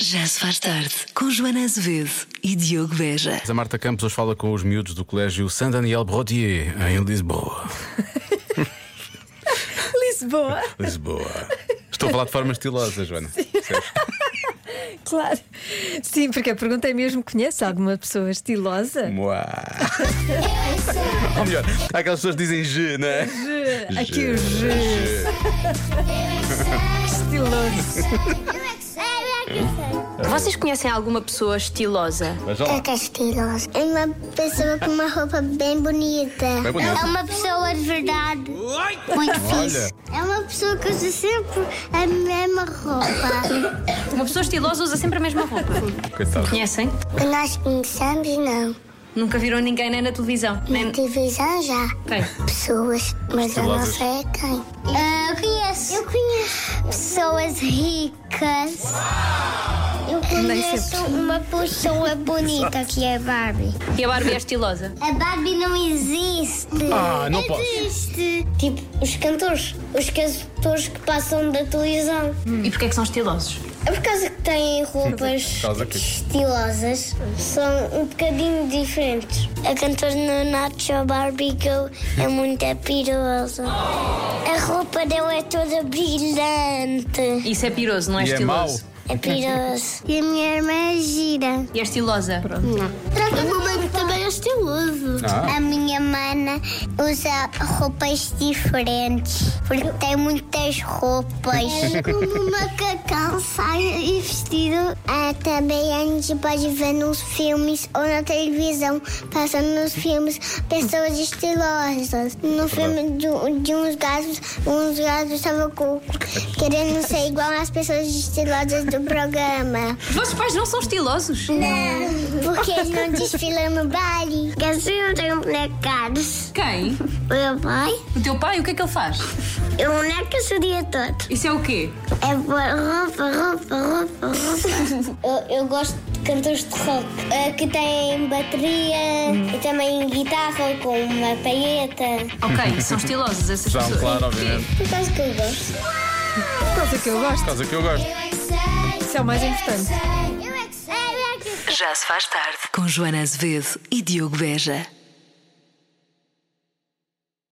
Já se faz tarde, com Joana Azevedo e Diogo Beja. A Marta Campos hoje fala com os miúdos do colégio Saint-Daniel Brodier, em Lisboa. Lisboa? Lisboa. Estou a falar de forma estilosa, Joana. Claro. Sim, porque a pergunta é mesmo: conhece alguma pessoa estilosa? Ou melhor, há aquelas pessoas que dizem G, não é? Aqui o G. Estiloso. Vocês conhecem alguma pessoa estilosa? Veja lá. É que é estilosa. É uma pessoa com uma roupa bem bonita. Bem bonita. É uma pessoa de verdade. Muito fixe. É uma pessoa que usa sempre a mesma roupa. Uma pessoa estilosa usa sempre a mesma roupa. Coitado. Conhecem? Que nós conhecemos, não. Nunca viram ninguém nem na televisão? Na televisão já. Quem? Pessoas, mas eu não Estilosas. sei a quem. Eu conheço. Eu conheço. Pessoas ricas. Eu conheço uma pessoa bonita que é a Barbie. E a Barbie é estilosa? A Barbie não existe. Ah, não posso. Existe. Tipo, os cantores que passam da televisão. E porquê é que são estilosos? É por causa que têm roupas causa que- estilosas, são um bocadinho diferentes. A cantora no Nacho Barbie Girl é muito pirosa. A roupa dela é toda brilhante. Isso é piroso, não é E é estiloso? É piroso. E a minha irmã é gira. E é estilosa? Não. O meu mano também é estiloso. Ah. A minha mana usa roupas diferentes, porque tem muitas roupas. Como um macacão, saia e vestido. Também a gente pode ver nos filmes ou na televisão, passando nos filmes, pessoas estilosas. No filme de uns gatos estavam querendo ser igual às pessoas estilosas do programa. Os vossos pais não são estilosos? Não, porque eles não desfilam no baile. Porque assim não tem bonecados. Quem? O meu pai, O teu pai? O que é que ele faz? eu bonecas o dia todo. Isso é o quê? É pôr roupa. Eu gosto de cantores de rock que têm bateria e também guitarra com uma palheta. Ok, são estilosos essas São, pessoas. claro, obviamente. Por causa que eu gosto. Coisa que eu gosto. Por causa que eu gosto. Isso é o mais importante. Já se faz tarde, com Joana Azevedo e Diogo Beja.